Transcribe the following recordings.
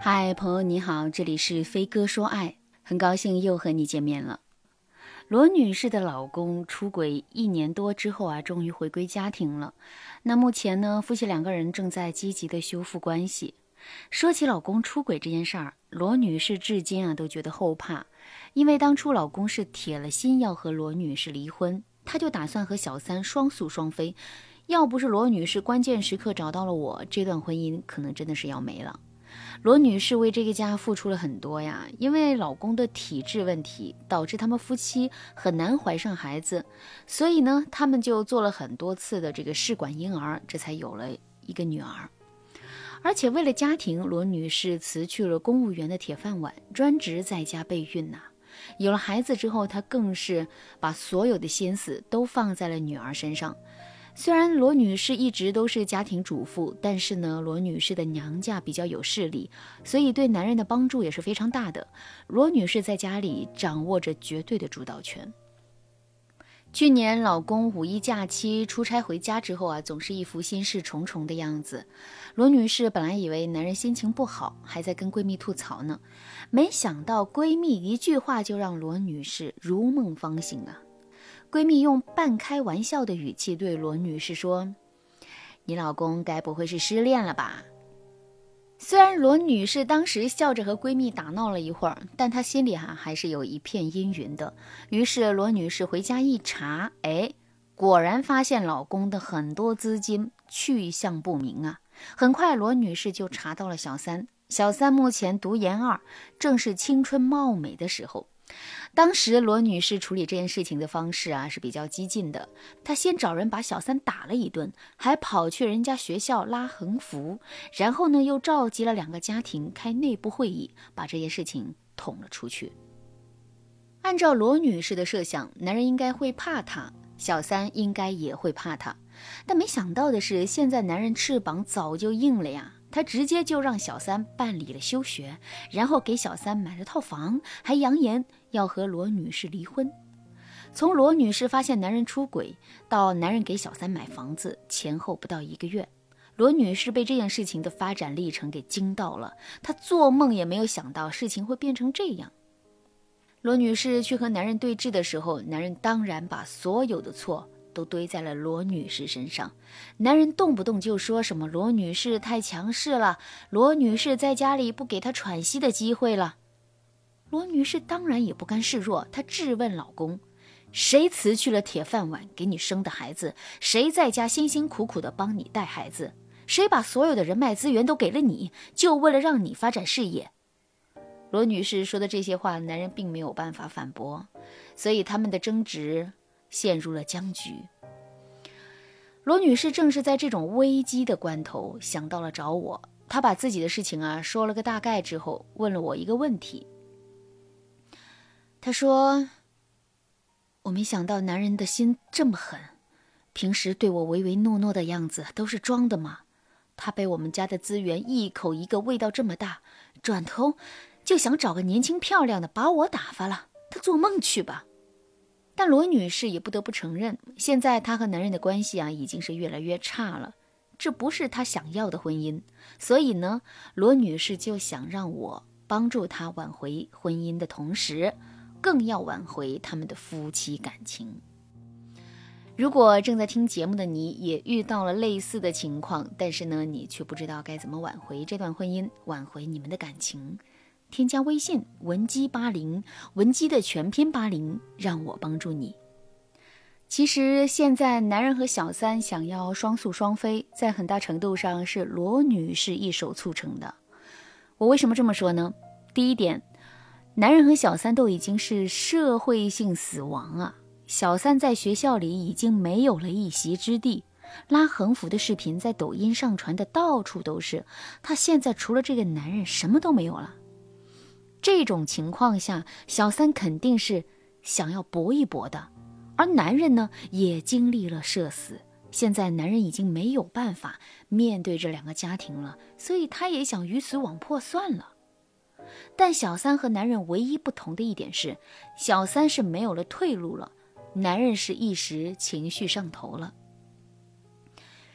嗨，朋友你好，这里是飞哥说爱，很高兴又和你见面了。罗女士的老公出轨1年多之后终于回归家庭了。那目前呢，夫妻2个人正在积极的修复关系。说起老公出轨这件事儿，罗女士至今都觉得后怕，因为当初老公是铁了心要和罗女士离婚，他就打算和小三双宿双飞。要不是罗女士关键时刻找到了我，这段婚姻可能真的是要没了。罗女士为这个家付出了很多呀，因为老公的体质问题导致他们夫妻很难怀上孩子，所以呢，他们就做了很多次的这个试管婴儿，这才有了一个女儿。而且为了家庭，罗女士辞去了公务员的铁饭碗，专职在家备孕呐。有了孩子之后，她更是把所有的心思都放在了女儿身上。虽然罗女士一直都是家庭主妇，但是呢，罗女士的娘家比较有势力，所以对男人的帮助也是非常大的。罗女士在家里掌握着绝对的主导权。去年老公5一假期出差回家之后总是一副心事重重的样子。罗女士本来以为男人心情不好，还在跟闺蜜吐槽呢，没想到闺蜜一句话就让罗女士如梦方醒啊。闺蜜用半开玩笑的语气对罗女士说：“你老公该不会是失恋了吧？”虽然罗女士当时笑着和闺蜜打闹了一会儿，但她心里还是有一片阴云的。于是罗女士回家一查，果然发现老公的很多资金去向不明啊。很快罗女士就查到了小三，小三目前读研2，正是青春貌美的时候。当时罗女士处理这件事情的方式是比较激进的，她先找人把小三打了一顿，还跑去人家学校拉横幅，然后呢又召集了2个家庭开内部会议，把这件事情捅了出去。按照罗女士的设想，男人应该会怕她，小三应该也会怕她，但没想到的是，现在男人翅膀早就硬了呀。他直接就让小三办理了休学，然后给小三买了套房，还扬言要和罗女士离婚。从罗女士发现男人出轨到男人给小三买房子，前后不到1个月。罗女士被这件事情的发展历程给惊到了，她做梦也没有想到事情会变成这样。罗女士去和男人对峙的时候，男人当然把所有的错都堆在了罗女士身上。男人动不动就说什么罗女士太强势了，罗女士在家里不给她喘息的机会了。罗女士当然也不甘示弱，她质问老公：谁辞去了铁饭碗给你生的孩子？谁在家辛辛苦苦的帮你带孩子？谁把所有的人脉资源都给了你，就为了让你发展事业？罗女士说的这些话，男人并没有办法反驳，所以他们的争执陷入了僵局。罗女士正是在这种危机的关头想到了找我，她把自己的事情说了个大概之后，问了我一个问题。她说：我没想到男人的心这么狠，平时对我唯唯诺诺的样子都是装的吗？他被我们家的资源一口一个喂到这么大，转头就想找个年轻漂亮的把我打发了，他做梦去吧。但罗女士也不得不承认，现在她和男人的关系已经是越来越差了，这不是她想要的婚姻。所以呢，罗女士就想让我帮助她挽回婚姻的同时，更要挽回他们的夫妻感情。如果正在听节目的你也遇到了类似的情况，但是呢，你却不知道该怎么挽回这段婚姻，挽回你们的感情，添加微信文姬80，文姬的全拼80，让我帮助你。其实现在男人和小三想要双宿双飞，在很大程度上是罗女士一手促成的。我为什么这么说呢？第一点，男人和小三都已经是社会性死亡小三在学校里已经没有了一席之地，拉横幅的视频在抖音上传的到处都是，他现在除了这个男人什么都没有了。这种情况下，小三肯定是想要搏一搏的，而男人呢也经历了社死，现在男人已经没有办法面对这2个家庭了，所以他也想鱼死网破算了。但小三和男人唯一不同的一点是，小三是没有了退路了，男人是一时情绪上头了。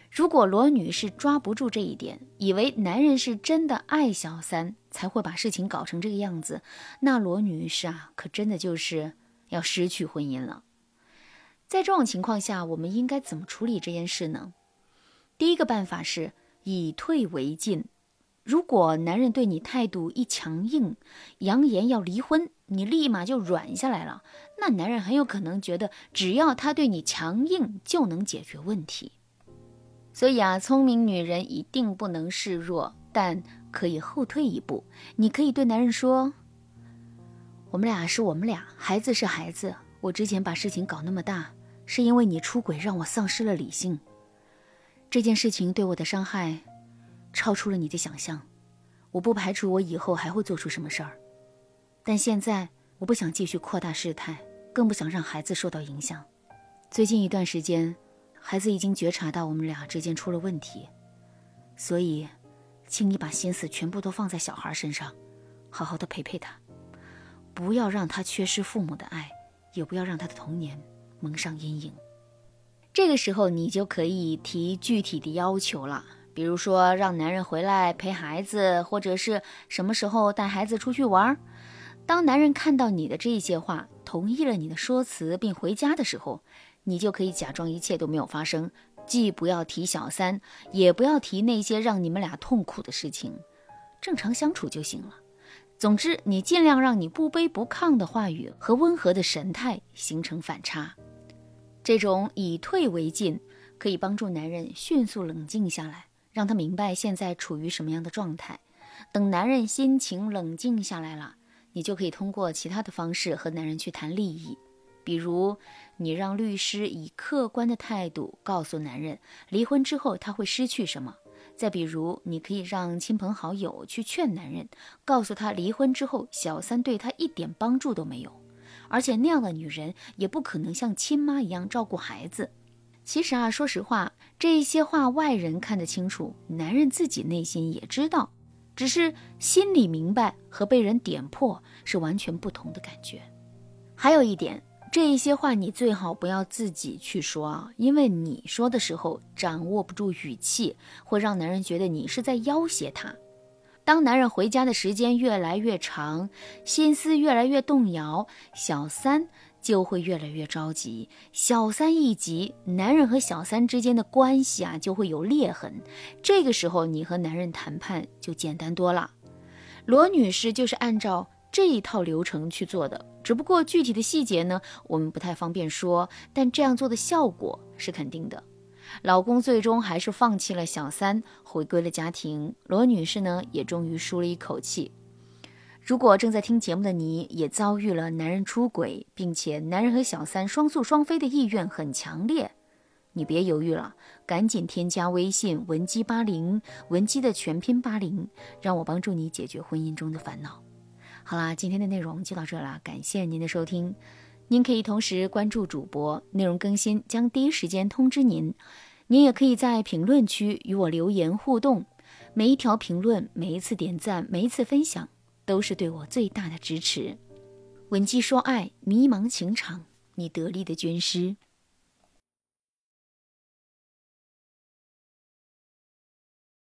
如果罗女士抓不住这一点，以为男人是真的爱小三才会把事情搞成这个样子，那罗女士啊，可真的就是要失去婚姻了。在这种情况下，我们应该怎么处理这件事呢？第一个办法是以退为进。如果男人对你态度一强硬，扬言要离婚，你立马就软下来了，那男人很有可能觉得只要他对你强硬就能解决问题。所以啊，聪明女人一定不能示弱，但可以后退一步。你可以对男人说，我们俩是我们俩，孩子是孩子，我之前把事情搞那么大，是因为你出轨让我丧失了理性。这件事情对我的伤害超出了你的想象，我不排除我以后还会做出什么事儿，但现在我不想继续扩大事态，更不想让孩子受到影响。最近一段时间，孩子已经觉察到我们俩之间出了问题，所以请你把心思全部都放在小孩身上，好好的陪陪他，不要让他缺失父母的爱，也不要让他的童年蒙上阴影。这个时候你就可以提具体的要求了，比如说让男人回来陪孩子，或者是什么时候带孩子出去玩。当男人看到你的这些话，同意了你的说辞并回家的时候，你就可以假装一切都没有发生，既不要提小三，也不要提那些让你们俩痛苦的事情，正常相处就行了。总之，你尽量让你不卑不亢的话语和温和的神态形成反差。这种以退为进，可以帮助男人迅速冷静下来，让他明白现在处于什么样的状态。等男人心情冷静下来了，你就可以通过其他的方式和男人去谈利益。比如，你让律师以客观的态度告诉男人，离婚之后他会失去什么。再比如，你可以让亲朋好友去劝男人，告诉他离婚之后小三对他一点帮助都没有，而且那样的女人也不可能像亲妈一样照顾孩子。其实啊，说实话，这些话外人看得清楚，男人自己内心也知道，只是心里明白和被人点破是完全不同的感觉。还有一点，这些话你最好不要自己去说啊，因为你说的时候掌握不住语气，会让男人觉得你是在要挟他。当男人回家的时间越来越长，心思越来越动摇，小三就会越来越着急。小三一急，男人和小三之间的关系啊就会有裂痕。这个时候你和男人谈判就简单多了。罗女士就是按照这一套流程去做的，只不过具体的细节呢，我们不太方便说，但这样做的效果是肯定的。老公最终还是放弃了小三，回归了家庭，罗女士呢也终于舒了一口气。如果正在听节目的你也遭遇了男人出轨，并且男人和小三双宿双飞的意愿很强烈，你别犹豫了，赶紧添加微信文姬80，文姬的全拼80，让我帮助你解决婚姻中的烦恼。好啦，今天的内容就到这啦，感谢您的收听。您可以同时关注主播，内容更新将第一时间通知您。您也可以在评论区与我留言互动，每一条评论，每一次点赞，每一次分享，都是对我最大的支持。文姬说爱，迷茫情场，你得力的军师。